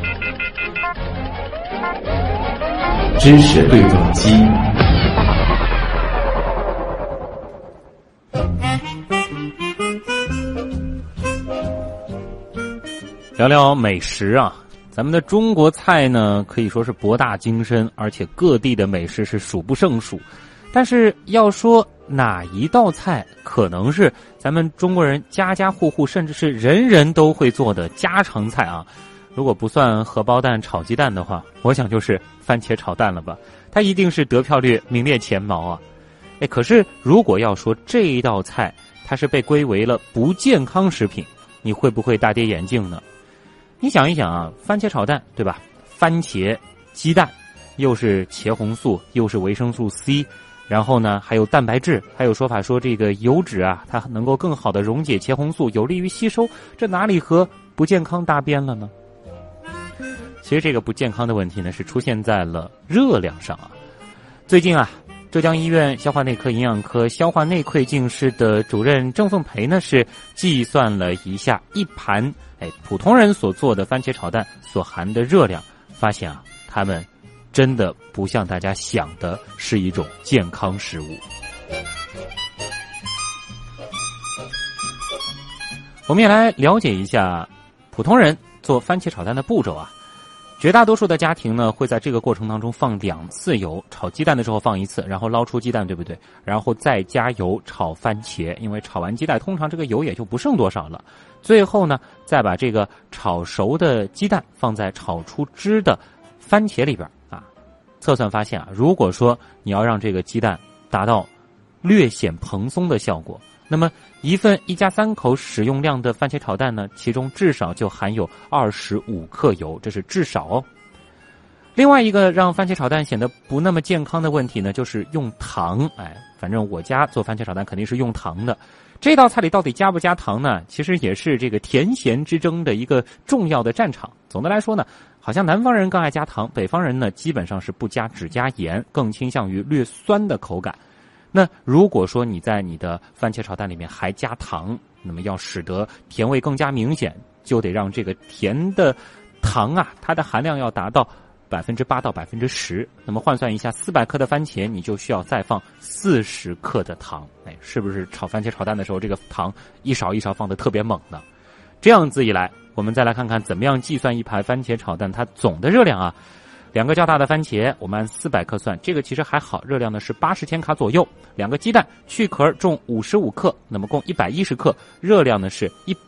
知识对撞机。 聊聊美食啊，咱们的中国菜呢可以说是博大精深，而且各地的美食是数不胜数。但是要说哪一道菜可能是咱们中国人家家户户甚至是人人都会做的家常菜啊，如果不算荷包蛋炒鸡蛋的话，我想就是番茄炒蛋了吧，它一定是得票率名列前茅啊。可是如果要说这一道菜它是被归为了不健康食品，你会不会大跌眼镜呢？你想一想啊，番茄炒蛋对吧，番茄鸡蛋又是茄红素又是维生素 C， 然后呢还有蛋白质，还有说法说这个油脂啊它能够更好的溶解茄红素，有利于吸收，这哪里和不健康搭边了呢？其实这个不健康的问题呢是出现在了热量上啊。最近啊，浙江医院消化内科营养科消化内窥镜室的主任郑凤培呢是计算了一下一盘普通人所做的番茄炒蛋所含的热量，发现啊，它们真的不像大家想的是一种健康食物。我们也来了解一下普通人做番茄炒蛋的步骤啊。绝大多数的家庭呢会在这个过程当中放2次油，炒鸡蛋的时候放1次，然后捞出鸡蛋，对不对？然后再加油炒番茄，因为炒完鸡蛋通常这个油也就不剩多少了。最后呢再把这个炒熟的鸡蛋放在炒出汁的番茄里边啊。测算发现啊，如果说你要让这个鸡蛋达到略显蓬松的效果，那么一份1家3口使用量的番茄炒蛋呢，其中至少就含有25克油，这是至少哦。另外一个让番茄炒蛋显得不那么健康的问题呢，就是用糖。反正我家做番茄炒蛋肯定是用糖的。这道菜里到底加不加糖呢？其实也是这个甜咸之争的一个重要的战场。总的来说呢，好像南方人更爱加糖，北方人呢基本上是不加，只加盐，更倾向于略酸的口感。那如果说你在你的番茄炒蛋里面还加糖，那么要使得甜味更加明显，就得让这个甜的糖啊，它的含量要达到8%到10%。那么换算一下，400克的番茄你就需要再放40克的糖。是不是炒番茄炒蛋的时候这个糖一勺一勺放得特别猛呢？这样子一来，我们再来看看怎么样计算一盘番茄炒蛋它总的热量啊。2个较大的番茄我们按400克算，这个其实还好，热量呢是80千卡左右。2个鸡蛋去壳重55克，那么共110克，热量呢是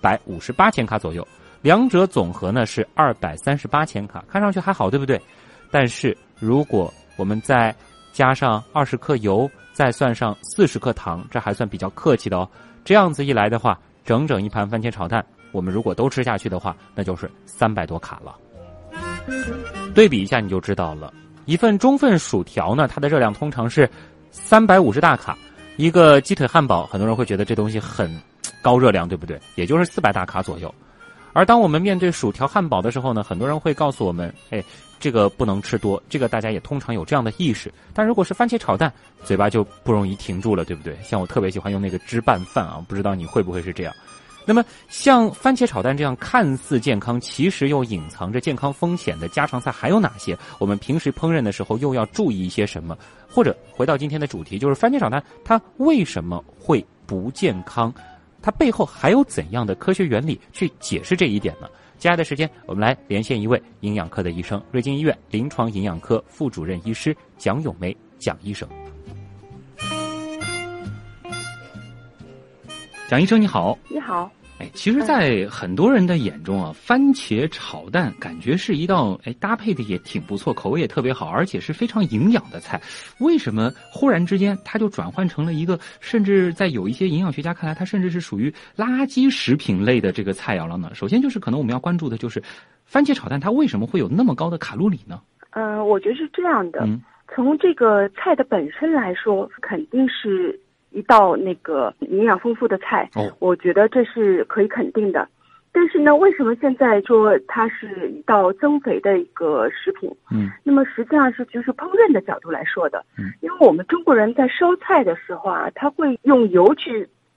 158千卡左右。两者总和呢是238千卡，看上去还好，对不对？但是如果我们再加上20克油，再算上40克糖，这还算比较客气的哦。这样子一来的话，整整一盘番茄炒蛋我们如果都吃下去的话，那就是300多卡了。对比一下你就知道了，一份中份薯条呢，它的热量通常是350大卡，一个鸡腿汉堡很多人会觉得这东西很高热量，对不对？也就是400大卡左右。而当我们面对薯条汉堡的时候呢，很多人会告诉我们，这个不能吃多，这个大家也通常有这样的意识。但如果是番茄炒蛋，嘴巴就不容易停住了，对不对？像我特别喜欢用那个汁拌饭啊，不知道你会不会是这样。那么像番茄炒蛋这样看似健康，其实又隐藏着健康风险的家常菜还有哪些？我们平时烹饪的时候又要注意一些什么？或者回到今天的主题，就是番茄炒蛋它为什么会不健康？它背后还有怎样的科学原理去解释这一点呢？接下来的时间，我们来连线一位营养科的医生，瑞金医院临床营养科副主任医师蒋咏梅蒋医生。蒋医生你好。 你好。 其实在很多人的眼中啊，番茄炒蛋感觉是一道搭配的也挺不错，口味也特别好，而且是非常营养的菜。为什么忽然之间它就转换成了一个甚至在有一些营养学家看来它甚至是属于垃圾食品类的这个菜肴了呢？首先就是可能我们要关注的就是番茄炒蛋它为什么会有那么高的卡路里呢？ 我觉得是这样的，从这个菜的本身来说，肯定是一道那个营养丰富的菜，我觉得这是可以肯定的。但是呢，为什么现在说它是一道增肥的一个食品？那么实际上是就是烹饪的角度来说的。因为我们中国人在烧菜的时候啊，他会用油去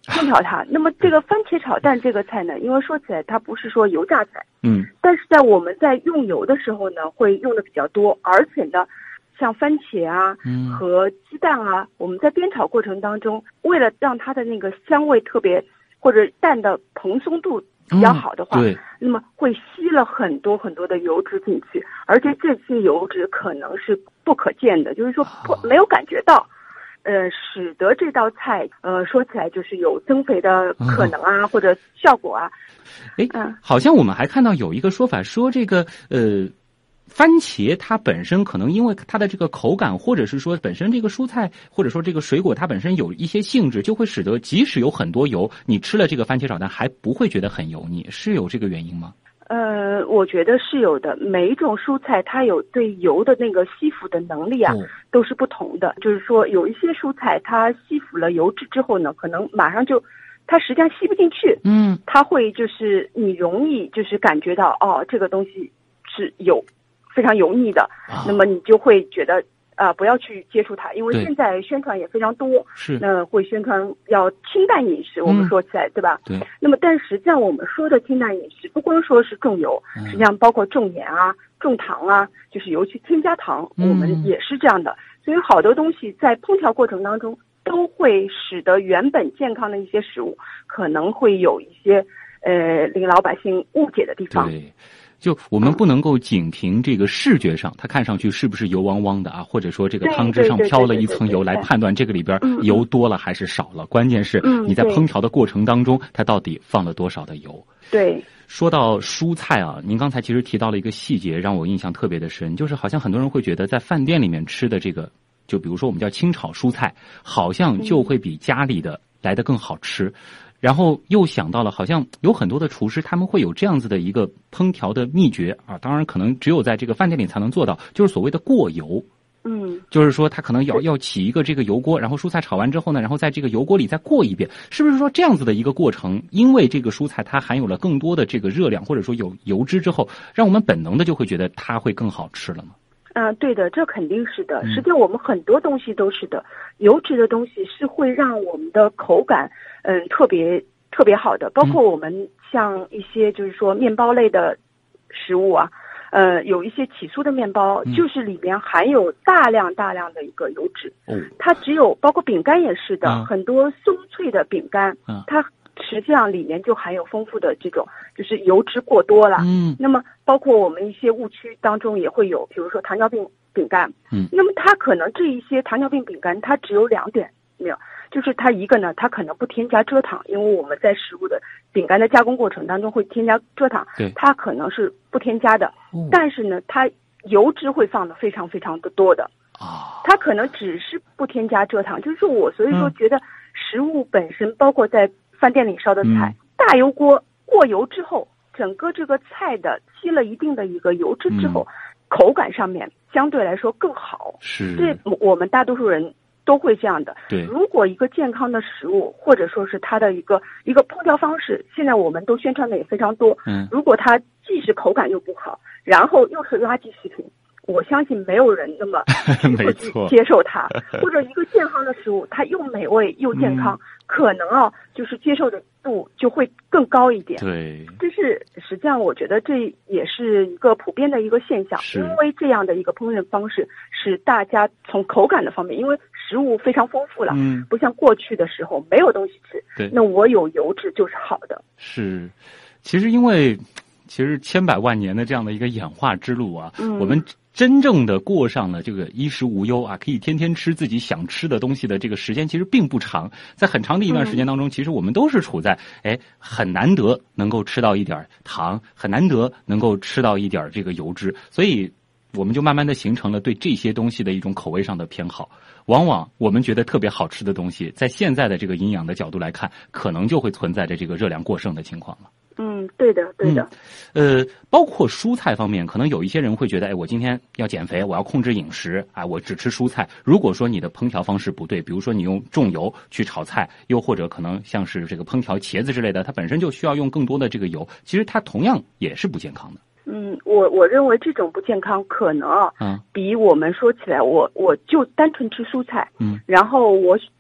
烹调它。那么这个番茄炒蛋这个菜呢，因为说起来它不是说油炸菜，但是在我们在用油的时候呢，会用的比较多，而且呢，像番茄啊和鸡蛋啊，我们在煸炒过程当中，为了让它的那个香味特别或者蛋的蓬松度比较好的话，那么会吸了很多很多的油脂进去，而且这些油脂可能是不可见的，就是说没有感觉到，使得这道菜说起来就是有增肥的可能啊，或者效果啊。 好像我们还看到有一个说法说这个番茄它本身可能因为它的这个口感，或者是说本身这个蔬菜或者说这个水果它本身有一些性质，就会使得即使有很多油，你吃了这个番茄炒蛋还不会觉得很油腻，是有这个原因吗？ 我觉得是有的。每一种蔬菜它有对油的那个吸附的能力啊，都是不同的。就是说有一些蔬菜它吸附了油脂之后呢，可能马上就它实际上吸不进去，它会就是你容易就是感觉到这个东西是非常油腻的，那么你就会觉得不要去接触它，因为现在宣传也非常多，会宣传要清淡饮食，我们说起来对吧？ 对。 那么但实际上我们说的清淡饮食，不光说是重油，实际上包括重盐啊、重糖啊，就是尤其添加糖，我们也是这样的。所以好多东西在烹调过程当中，都会使得原本健康的一些食物，可能会有一些令老百姓误解的地方。 对。就我们不能够仅凭这个视觉上，它看上去是不是油汪汪的啊，或者说这个汤汁上飘了一层油来判断这个里边油多了还是少了。关键是你在烹调的过程当中，它到底放了多少的油。 对。 说到蔬菜啊，您刚才其实提到了一个细节，让我印象特别的深，就是好像很多人会觉得在饭店里面吃的这个，就比如说我们叫清炒蔬菜，好像就会比家里的来得更好吃。然后又想到了，好像有很多的厨师他们会有这样子的一个烹调的秘诀啊，当然可能只有在这个饭店里才能做到，就是所谓的过油。就是说他可能要起一个这个油锅，然后蔬菜炒完之后呢，然后在这个油锅里再过一遍，是不是说这样子的一个过程，因为这个蔬菜它含有了更多的这个热量，或者说有油脂之后，让我们本能的就会觉得它会更好吃了吗？ 对的，这肯定是的。实际上我们很多东西都是的，油脂的东西是会让我们的口感特别好的，包括我们像一些就是说面包类的食物啊，有一些起酥的面包，就是里面含有大量的一个油脂。它只有包括饼干也是的，很多松脆的饼干，它实际上里面就含有丰富的这种就是油脂过多了。那么包括我们一些误区当中也会有，比如说糖尿病饼干。那么它可能这一些糖尿病饼干它只有2点没有，就是它一个呢，它可能不添加蔗糖，因为我们在食物的饼干的加工过程当中会添加蔗糖，它可能是不添加的，但是呢，它油脂会放的非常非常的多的。它可能只是不添加蔗糖，就是我所以说觉得食物本身，包括在饭店里烧的菜，大油锅过油之后，整个这个菜的吸了一定的一个油脂之后，口感上面相对来说更好。这我们大多数人都会这样的。如果一个健康的食物，或者说是它的一个烹调方式，现在我们都宣传的也非常多。如果它既是口感又不好，然后又是垃圾食品，我相信没有人那么会去接受它。或者一个健康的食物，它又美味又健康，可能就是接受的度就会更高一点。这是实际上我觉得这也是一个普遍的一个现象，因为这样的一个烹饪方式使大家从口感的方面，因为食物非常丰富了，不像过去的时候没有东西吃，那我有油脂就是好的。 其实因为千百万年的这样的一个演化之路啊，我们真正的过上了这个衣食无忧啊，可以天天吃自己想吃的东西的这个时间其实并不长。在很长的一段时间当中，其实我们都是处在很难得能够吃到一点糖，很难得能够吃到一点这个油脂，所以我们就慢慢的形成了对这些东西的一种口味上的偏好。往往我们觉得特别好吃的东西，在现在的这个营养的角度来看，可能就会存在着这个热量过剩的情况了。 对的。 包括蔬菜方面，可能有一些人会觉得，我今天要减肥，我要控制饮食，我只吃蔬菜。如果说你的烹调方式不对，比如说你用重油去炒菜，又或者可能像是这个烹调茄子之类的，它本身就需要用更多的这个油，其实它同样也是不健康的。 我认为这种不健康可能比我们说起来，我就单纯吃蔬菜，然后我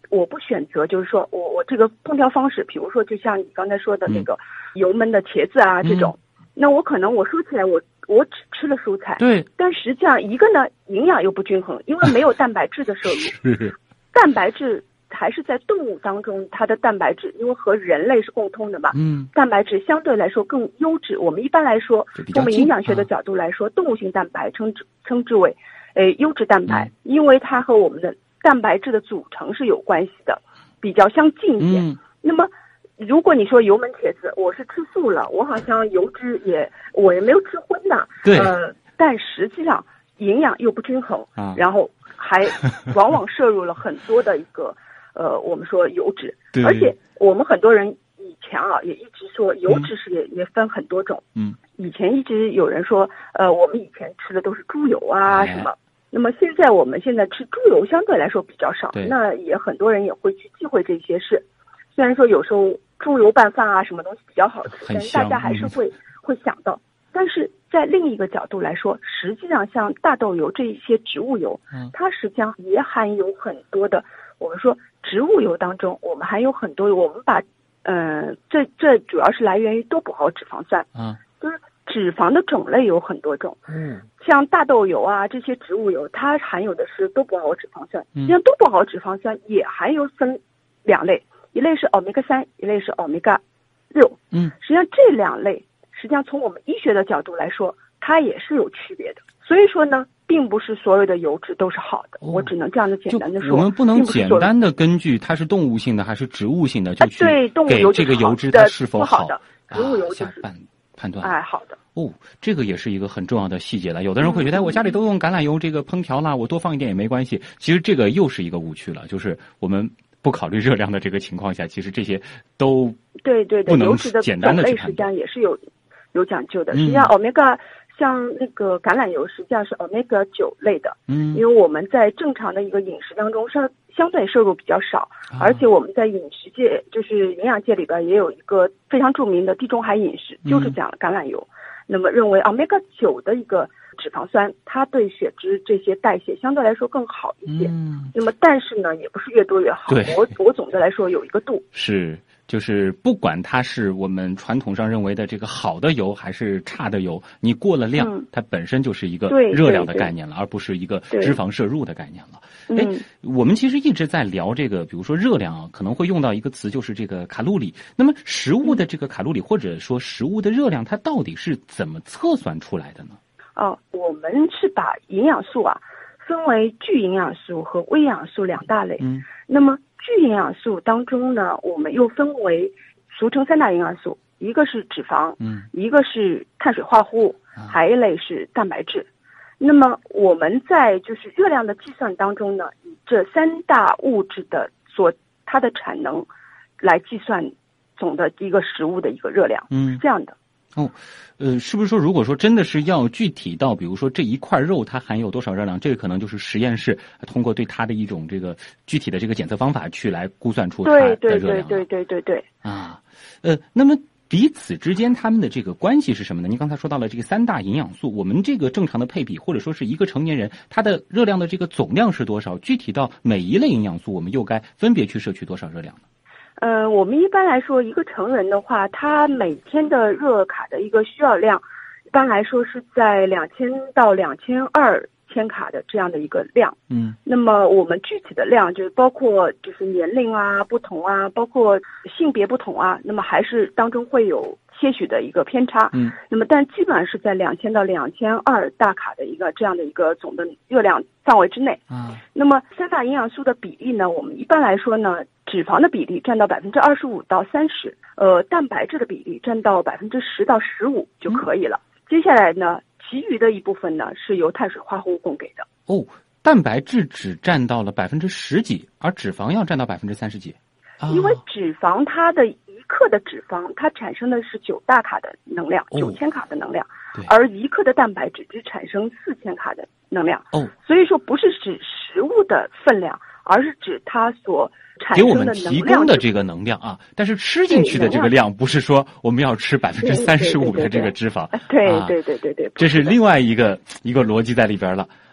我不选择，就是说我这个烹调方式，比如说就像你刚才说的那个油焖的茄子啊这种，那我可能我说起来我只吃了蔬菜， 对， 但实际上一个呢营养又不均衡，因为没有蛋白质的摄入，蛋白质还是在动物当中，它的蛋白质因为和人类是共通的嘛，蛋白质相对来说更优质。我们一般来说，从我们营养学的角度来说，动物性蛋白称之为优质蛋白，因为它和我们的蛋白质的组成是有关系的，比较相近一点。那么如果你说油焖茄子，我是吃素了，我好像油脂我也没有吃荤的， 对， 但实际上营养又不均衡，然后还往往摄入了很多的一个我们说油脂，而且我们很多人以前也一直说油脂是也分很多种，以前一直有人说我们以前吃的都是猪油啊什么。那么我们现在吃猪油相对来说比较少，那也很多人也会去忌讳这些事。虽然说有时候猪油拌饭啊什么东西比较好吃，但是大家还是会想到。但是在另一个角度来说，实际上像大豆油这一些植物油，它实际上也含有很多的，我们说植物油当中，我们还有很多，我们把这主要是来源于多脯毫脂肪酸，就是脂肪的种类有很多种，像大豆油啊这些植物油，它含有的是多脯毫脂肪酸，实际上多脯毫脂肪酸也含有分两类，一类是欧米伽3，一类是欧米伽6，实际上这两类实际上从我们医学的角度来说，它也是有区别的。所以说呢，并不是所有的油脂都是好的，我只能这样的简单的说。 我们不能简单的根据它是动物性的还是植物性的就去对动物给这个油脂它是否好的，植物油就是判断。 好的。 这个也是一个很重要的细节了。有的人会觉得我家里都用橄榄油这个烹调了，我多放一点也没关系。其实这个又是一个误区了，就是我们不考虑热量的这个情况下，其实这些都不能简单的去判断。 实际上也是有讲究的。实际上欧米伽像那个橄榄油实际上是欧米伽9类的，因为我们在正常的一个饮食当中相对摄入比较少，而且我们在饮食界就是营养界里边也有一个非常著名的地中海饮食，就是讲了橄榄油。那么认为欧米伽9的一个脂肪酸，它对血脂这些代谢相对来说更好一些。那么但是呢，也不是越多越好。我总的来说有一个度。 就是不管它是我们传统上认为的这个好的油还是差的油，你过了量，它本身就是一个热量的概念了，而不是一个脂肪摄入的概念了。我们其实一直在聊这个，比如说热量可能会用到一个词，就是这个卡路里。那么食物的这个卡路里，或者说食物的热量，它到底是怎么测算出来的呢？ 我们是把营养素分为巨营养素和微营养素两大类。那么巨营养素当中呢，我们又分为俗称3大营养素，一个是脂肪，一个是碳水化合物，还一类是蛋白质。那么我们在就是热量的计算当中呢，以这3大物质的它的产能来计算总的一个食物的一个热量，是这样的。 是不是说如果说真的是要具体到比如说这一块肉它含有多少热量，这个可能就是实验室通过对它的一种这个具体的这个检测方法去来估算出它的热量。 对那么彼此之间他们的这个关系是什么呢？您刚才说到了这个3大营养素，我们这个正常的配比或者说是一个成年人他的热量的这个总量是多少？具体到每一类营养素我们又该分别去摄取多少热量呢？ 我们一般来说，一个成人的话，他每天的热卡的一个需要量，一般来说是在2000到2200千卡的这样的一个量。那么我们具体的量就是包括就是年龄不同包括性别不同那么还是当中会有些许的一个偏差。那么但基本上是在2000到2200大卡的一个这样的一个总的热量范围之内。那么3大营养素的比例呢，我们一般来说呢，脂肪的比例占到25%到30%，蛋白质的比例占到10%到15%就可以了。接下来呢，其余的一部分呢是由碳水化合物供给的。 蛋白质只占到了10%几，而脂肪要占到30%几。 因为脂肪它的1克的脂肪，它产生的是9大卡的能量，9000卡的能量，而1克的蛋白质只产生4000卡的能量。所以说不是指食物的分量，而是指它所产生的能量，给我们提供的这个能量但是吃进去的这个量不是说我们要吃35%的这个脂肪。 对， 这是另外一个逻辑在里边了。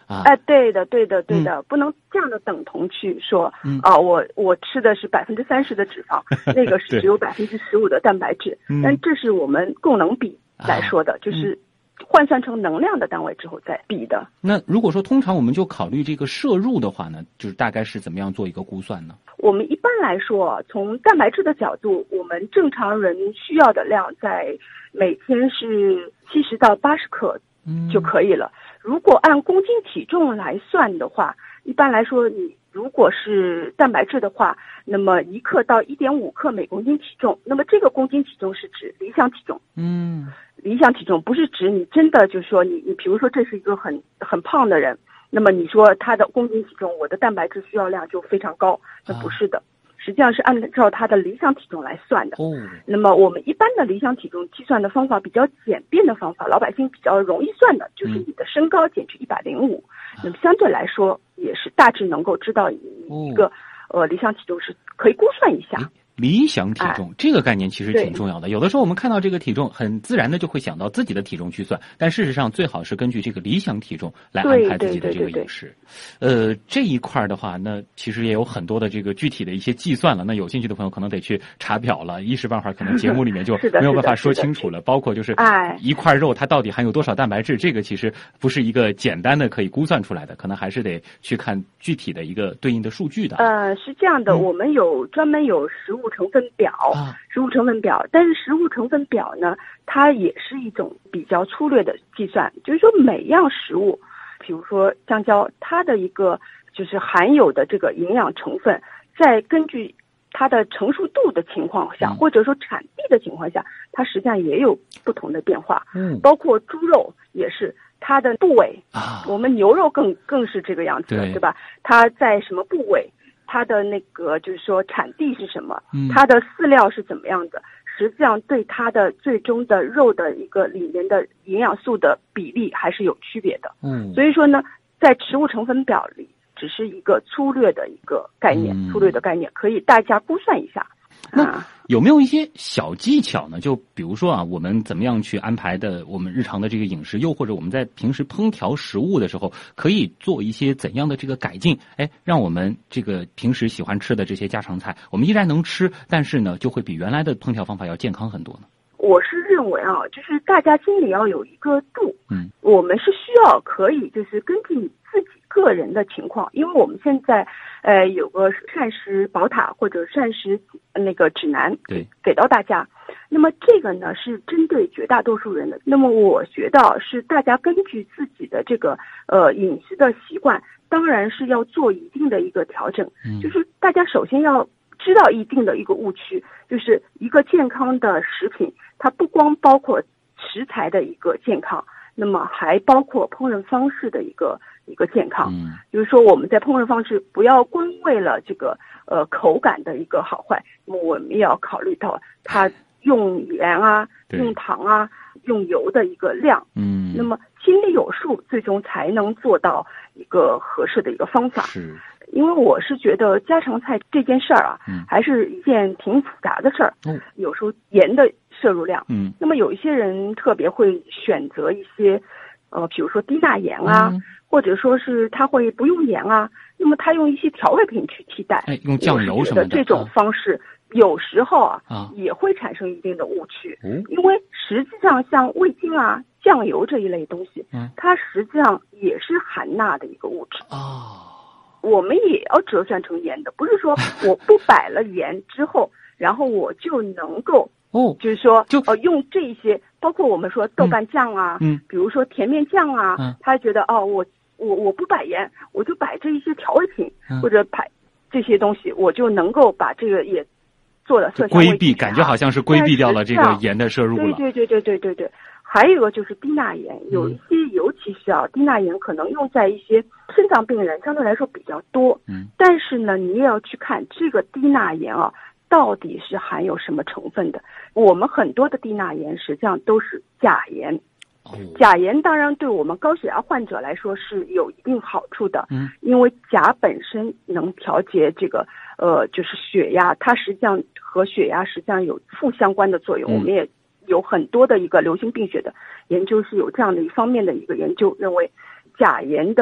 啊。 对的，不能这样的等同去说，我吃的是30%的脂肪，那个是只有15%的蛋白质，但这是我们供能比来说的，就是换算成能量的单位之后再比的。 那如果说通常我们就考虑这个摄入的话呢，就是大概是怎么样做一个估算呢？ 我们一般来说，从蛋白质的角度，我们正常人需要的量在每天是70到80克就可以了。如果按公斤体重来算的话，一般来说，你如果是蛋白质的话，那么1克到1.5克每公斤体重，那么这个公斤体重是指理想体重。理想体重不是指你真的就是说你比如说这是一个很胖的人，那么你说他的公斤体重，我的蛋白质需要量就非常高，那不是的，实际上是按照他的理想体重来算的。那么我们一般的理想体重计算的方法比较简便的方法，老百姓比较容易算的，就是你的身高减去105，那么相对来说也是大致能够知道一个理想体重是可以估算一下。 理想体重这个概念其实挺重要的。有的时候我们看到这个体重，很自然的就会想到自己的体重去算，但事实上最好是根据这个理想体重来安排自己的这个饮食。这一块的话，那其实也有很多的这个具体的一些计算了。那有兴趣的朋友可能得去查表了，一时半会儿可能节目里面就没有办法说清楚了。包括就是一块肉它到底含有多少蛋白质，这个其实不是一个简单的可以估算出来的，可能还是得去看具体的一个对应的数据的。 是这样的，我们专门有食物成分表，但是食物成分表呢，它也是一种比较粗略的计算，就是说每样食物，比如说香蕉，它的一个就是含有的这个营养成分，在根据它的成熟度的情况下，或者说产地的情况下，它实际上也有不同的变化。包括猪肉也是它的部位，我们牛肉更是这个样子的，对吧？它在什么部位？它的那个就是说产地是什么，它的饲料是怎么样的，实际上对它的最终的肉的一个里面的营养素的比例还是有区别的。所以说呢，在食物成分表里只是一个粗略的一个概念，可以大家估算一下。 那有没有一些小技巧呢？就比如说啊，我们怎么样去安排的我们日常的这个饮食，又或者我们在平时烹调食物的时候，可以做一些怎样的这个改进？让我们这个平时喜欢吃的这些家常菜，我们依然能吃，但是呢，就会比原来的烹调方法要健康很多呢。 我是认为啊，就是大家心里要有一个度。我们是需要可以就是根据你自己个人的情况，因为我们现在有个膳食宝塔或者膳食那个指南给到大家，那么这个呢是针对绝大多数人的。那么我觉得是大家根据自己的这个饮食的习惯，当然是要做一定的一个调整。就是大家首先要知道一定的一个误区，就是一个健康的食品，它不光包括食材的一个健康，那么还包括烹饪方式的一个健康。就是说我们在烹饪方式不要光为了这个口感的一个好坏，那么我们也要考虑到它用盐啊、用糖啊、用油的一个量。那么心里有数，最终才能做到一个合适的一个方法。因为我是觉得家常菜这件事儿啊，还是一件挺复杂的事儿。有时候盐的摄入量，那么有一些人特别会选择一些，比如说低钠盐啊，或者说是他会不用盐啊，那么他用一些调味品去替代， 用酱油什么的这种方式，有时候也会产生一定的误区。因为实际上像味精啊、酱油这一类东西，它实际上也是含钠的一个物质。我们也要折算成盐的，不是说我不摆了盐之后，然后我就能够就是说用这些，包括我们说豆瓣酱啊，比如说甜面酱啊，他觉得我不摆盐，我就摆这一些调味品，或者摆这些东西，我就能够把这个也做了色香味规避，感觉好像是规避掉了这个盐的摄入了。 对。还有一个就是低钠盐，有一些尤其是低钠盐可能用在一些肾脏病人相对来说比较多。但是呢，你也要去看这个低钠盐到底是含有什么成分的。我们很多的低钠盐实际上都是钾盐。钾盐当然对我们高血压患者来说是有一定好处的，因为钾本身能调节这个就是血压，它实际上和血压实际上有负相关的作用。我们也有很多的一个流行病学的研究是有这样的一方面的一个研究，认为钾盐的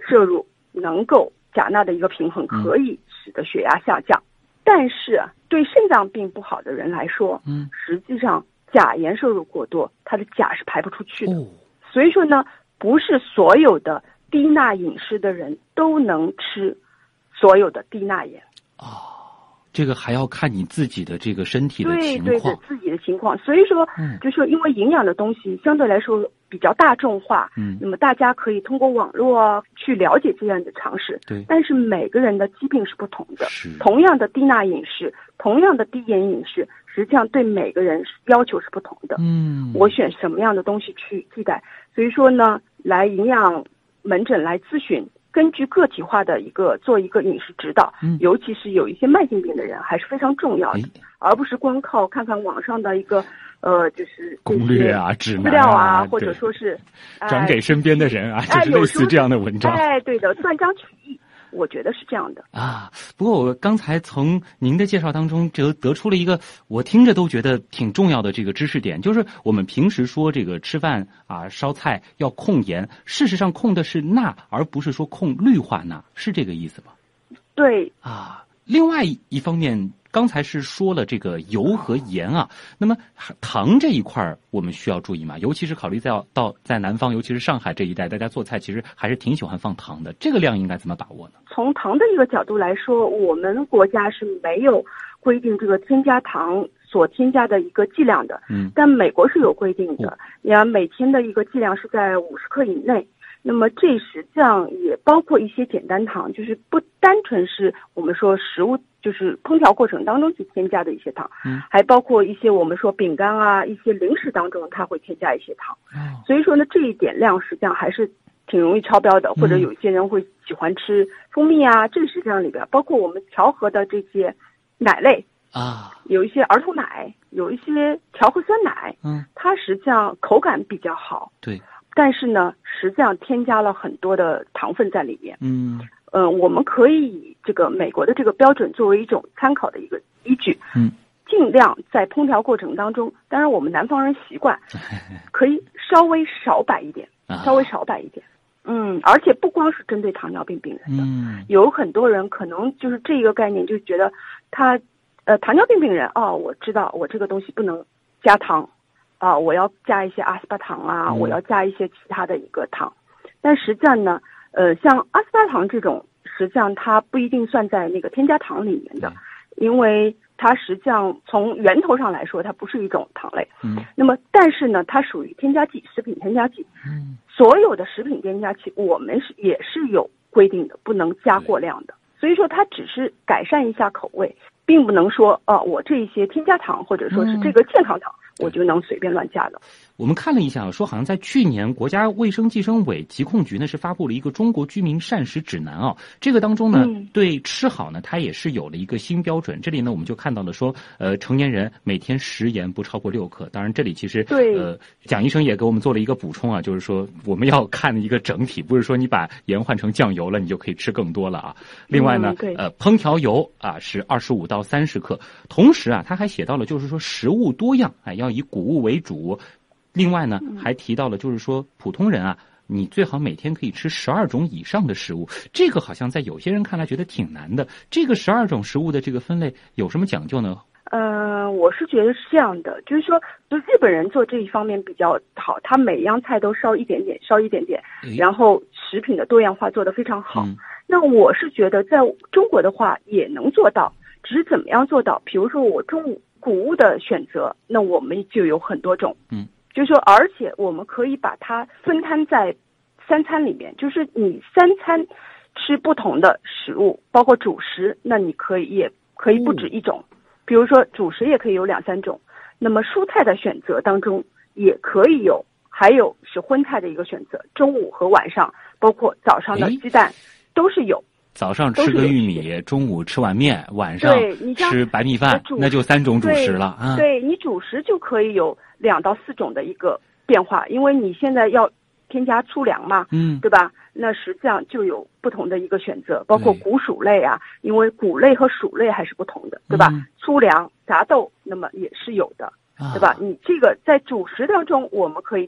摄入能够钾钠的一个平衡，可以使得血压下降。但是对肾脏病不好的人来说，实际上钾盐摄入过多，它的钾是排不出去的。所以说呢，不是所有的低钠饮食的人都能吃所有的低钠盐。 这个还要看你自己的这个身体的情况， 对自己的情况。所以说，就是说因为营养的东西相对来说比较大众化，那么大家可以通过网络去了解这样的常识。 对， 但是每个人的疾病是不同的，同样的低钠饮食，同样的低盐饮食，实际上对每个人要求是不同的。我选什么样的东西去替代？所以说呢，来营养门诊来咨询，根据个体化的做一个饮食指导，尤其是有一些慢性病的人还是非常重要的，而不是光靠看看网上的一个就是攻略啊、指南资料啊，或者说是转给身边的人啊，就是类似这样的文章。 对的，断章取义。我觉得是这样的不过我刚才从您的介绍当中就得出了一个我听着都觉得挺重要的这个知识点，就是我们平时说这个吃饭烧菜要控盐，事实上控的是钠，而不是说控氯化钠，是这个意思吧？ 对另外一方面，刚才是说了这个油和盐那么糖这一块我们需要注意吗？尤其是考虑在南方，尤其是上海这一带，大家做菜其实还是挺喜欢放糖的，这个量应该怎么把握呢？ 从糖的一个角度来说，我们国家是没有规定这个添加糖所添加的一个剂量的，但美国是有规定的，每天的一个剂量是在50克以内。那么这实际上也包括一些简单糖，就是不单纯是我们说食物就是烹调过程当中去添加的一些糖，还包括一些我们说饼干一些零食当中它会添加一些糖。所以说呢，这一点量实际上还是挺容易超标的，或者有些人会喜欢吃蜂蜜这个实际上里边包括我们调和的这些奶类有一些儿童奶，有一些调和酸奶，它实际上口感比较好， 对， 但是呢，实际上添加了很多的糖分在里面。我们可以以这个美国的这个标准作为一种参考的一个依据。尽量在烹调过程当中，当然我们南方人习惯，可以稍微少摆一点，而且不光是针对糖尿病病人的，有很多人可能就是这个概念就觉得他糖尿病病人我知道我这个东西不能加糖。我要加一些阿斯巴糖我要加一些其他的一个糖，但实际上呢，像阿斯巴糖这种，实际上它不一定算在那个添加糖里面的，因为它实际上从源头上来说，它不是一种糖类。那么但是呢，它属于添加剂，食品添加剂。所有的食品添加剂，我们也是有规定的，不能加过量的。所以说，它只是改善一下口味，并不能说我这一些添加糖或者说是这个健康糖。我就能随便乱加了。 我们看了一下，说好像在去年国家卫生计生委疾控局呢是发布了一个中国居民膳食指南这个当中呢，对吃好呢它也是有了一个新标准。这里呢我们就看到了说成年人每天食盐不超过6克。当然这里其实蒋医生也给我们做了一个补充就是说我们要看一个整体，不是说你把盐换成酱油了你就可以吃更多了另外呢烹调油是25到30克。同时他还写到了就是说食物多样要以谷物为主。另外呢，还提到了就是说普通人你最好每天可以吃12种以上的食物。这个好像在有些人看来觉得挺难的。这个12种食物的这个分类有什么讲究呢？ 我是觉得是这样的，就是说，就日本人做这一方面比较好，他每样菜都烧一点点，然后食品的多样化做得非常好。那我是觉得在中国的话也能做到，只是怎么样做到？比如说我中午谷物的选择，那我们就有很多种。就是说，而且我们可以把它分摊在3餐里面，就是你3餐吃不同的食物，包括主食，那你也可以不止一种。比如说主食也可以有2、3种，那么蔬菜的选择当中也可以有，还有是荤菜的一个选择，中午和晚上，包括早上的鸡蛋都是有。 早上吃个玉米，中午吃碗面，晚上吃白米饭，那就3种主食了对，你主食就可以有2到4种的一个变化，因为你现在要添加粗粮嘛，对吧？那实际上就有不同的一个选择，包括谷薯类因为谷类和薯类还是不同的，对吧？粗粮、杂豆，那么也是有的，对吧？你这个在主食当中，我们可以就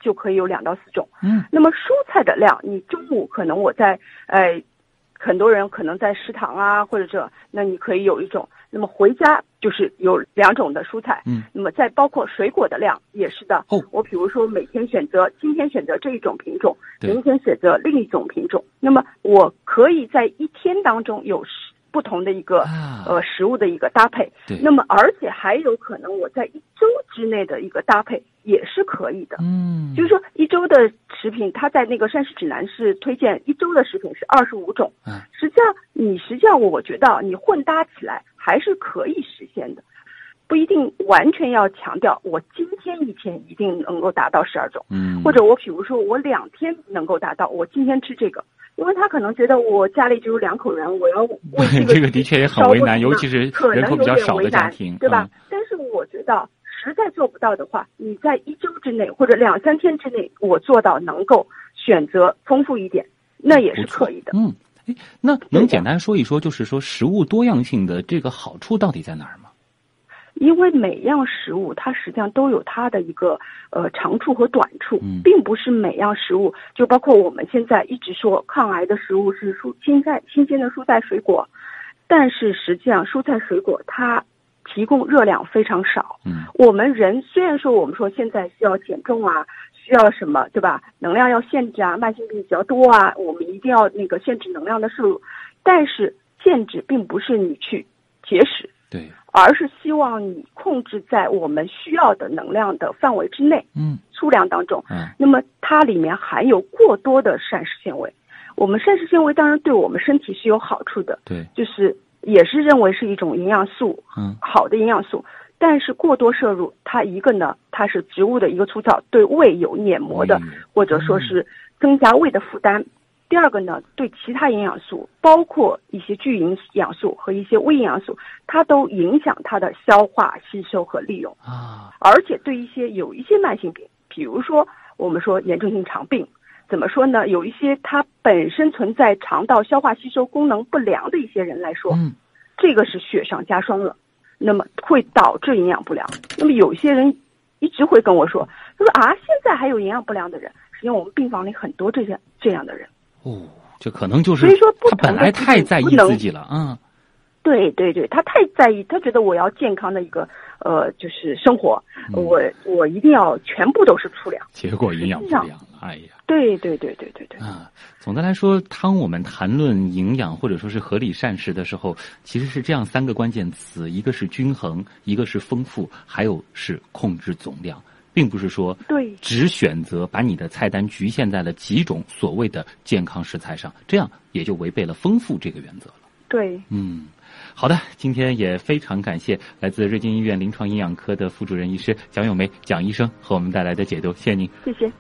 就可以有2到4种。那么蔬菜的量，你中午可能我在很多人可能在食堂啊或者那你可以有1种，那么回家就是有2种的蔬菜。那么再包括水果的量也是的。我比如说每天今天选择这一种品种，明天选择另一种品种，那么我可以在一天当中有不同的一个食物的一个搭配。那么而且还有可能我在1周之内的一个搭配也是可以的。就是说1周的食品，它在那个膳食指南是推荐1周的食品是25种。实际上我觉得你混搭起来还是可以实现的，不一定完全要强调我今天一天一定能够达到12种。或者我比如说我2天能够达到，我今天吃这个。因为他可能觉得我家里只有2口人，我要为这个的确也很为难，尤其是人口比较少的家庭， 对吧？但是我觉得实在做不到的话，你在1周之内或者2、3天之内，我做到能够选择丰富一点，那也是可以的。 那能简单说一说，就是说食物多样性的这个好处到底在哪儿吗？ 因为每样食物它实际上都有它的一个长处和短处，并不是每样食物，就包括我们现在一直说抗癌的食物是新鲜的蔬菜水果，但是实际上蔬菜水果它提供热量非常少。我们人虽然说我们说现在需要减重啊，需要什么对吧？能量要限制啊，慢性病比较多啊，我们一定要那个限制能量的摄入，但是限制并不是你去节食。 对， 而是希望你控制在我们需要的能量的范围之内，数量当中。那么它里面含有过多的膳食纤维，我们膳食纤维当然对我们身体是有好处的， 对， 就是也是认为是一种营养素，好的营养素。但是过多摄入，它一个呢，它是植物的一个粗糙，对胃有黏膜的，或者说是增加胃的负担。第二个呢，对其他营养素，包括一些巨营养素和一些微营养素，它都影响它的消化、吸收和利用。而且对有一些慢性病，比如说我们说炎症性肠病，怎么说呢？有一些它本身存在肠道消化吸收功能不良的一些人来说，这个是雪上加霜了，那么会导致营养不良。那么有些人一直会跟我说，他说现在还有营养不良的人，实际上我们病房里很多这样的人。 这可能就是他本来太在意自己了。 对，他太在意，他觉得我要健康的一个就是生活，我一定要全部都是粗粮， 结果营养不良。哎呀， 对。 总的来说，当我们谈论营养或者说是合理膳食的时候，其实是这样3个关键词：一个是均衡，一个是丰富，还有是控制总量。并不是说只选择把你的菜单局限在了几种所谓的健康食材上，这样也就违背了丰富这个原则了。 对， 好的，今天也非常感谢来自瑞金医院临床营养科的副主任医师蒋咏梅蒋医生和我们带来的解读，谢谢您。 谢谢。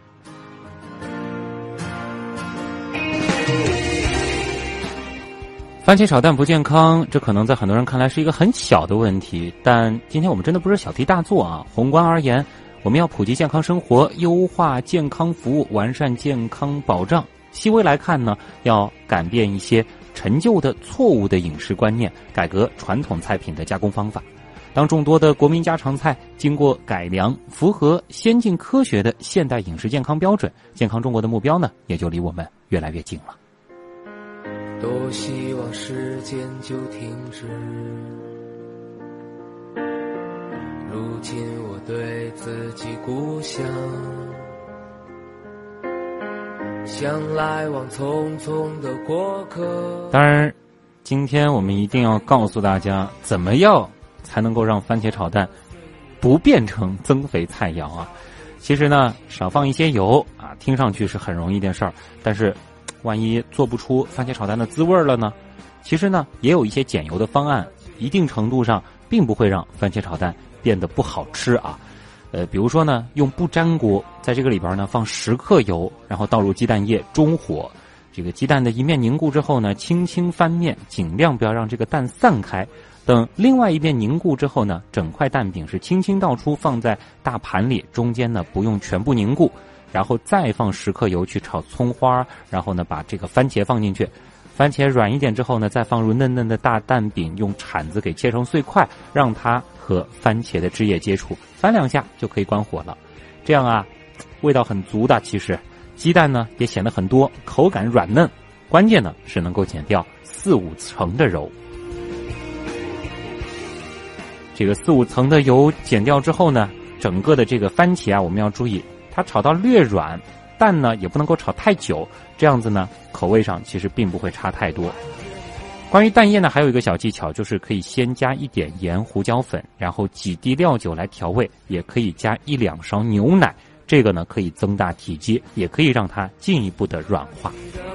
番茄炒蛋不健康，这可能在很多人看来是一个很小的问题，但今天我们真的不是小题大做啊。宏观而言，我们要普及健康生活，优化健康服务，完善健康保障。细微来看呢，要改变一些陈旧的错误的饮食观念，改革传统菜品的加工方法。当众多的国民家常菜经过改良，符合先进科学的现代饮食健康标准，健康中国的目标呢，也就离我们越来越近了。 多希望时间就停止，如今我对自己故乡像来往匆匆的过客。 当然今天我们一定要告诉大家，怎么样才能够让番茄炒蛋不变成增肥菜肴啊。其实呢，少放一些油啊，听上去是很容易的事儿，但是万一做不出番茄炒蛋的滋味了呢？其实呢，也有一些减油的方案，一定程度上并不会让番茄炒蛋变得不好吃啊。比如说呢，用不粘锅，在这个里边呢放10克油，然后倒入鸡蛋液，中火，这个鸡蛋的一面凝固之后呢，轻轻翻面，尽量不要让这个蛋散开。等另外一边凝固之后呢，整块蛋饼是轻轻倒出，放在大盘里，中间呢不用全部凝固，然后再放10克油去炒葱花，然后呢把这个番茄放进去，番茄软一点之后呢，再放入嫩嫩的大蛋饼，用铲子给切成碎块，让它和番茄的汁液接触，翻2下就可以关火了。这样啊， 味道很足的。其实鸡蛋呢也显得很多，口感软嫩，关键呢是能够减掉4-5层的油。这个4-5层的油减掉之后呢，整个的这个番茄啊，我们要注意，它炒到略软，蛋呢也不能够炒太久，这样子呢口味上其实并不会差太多。关于蛋液呢，还有一个小技巧，就是可以先加一点盐、胡椒粉，然后几滴料酒来调味，也可以加1-2勺牛奶，这个呢可以增大体积，也可以让它进一步的软化。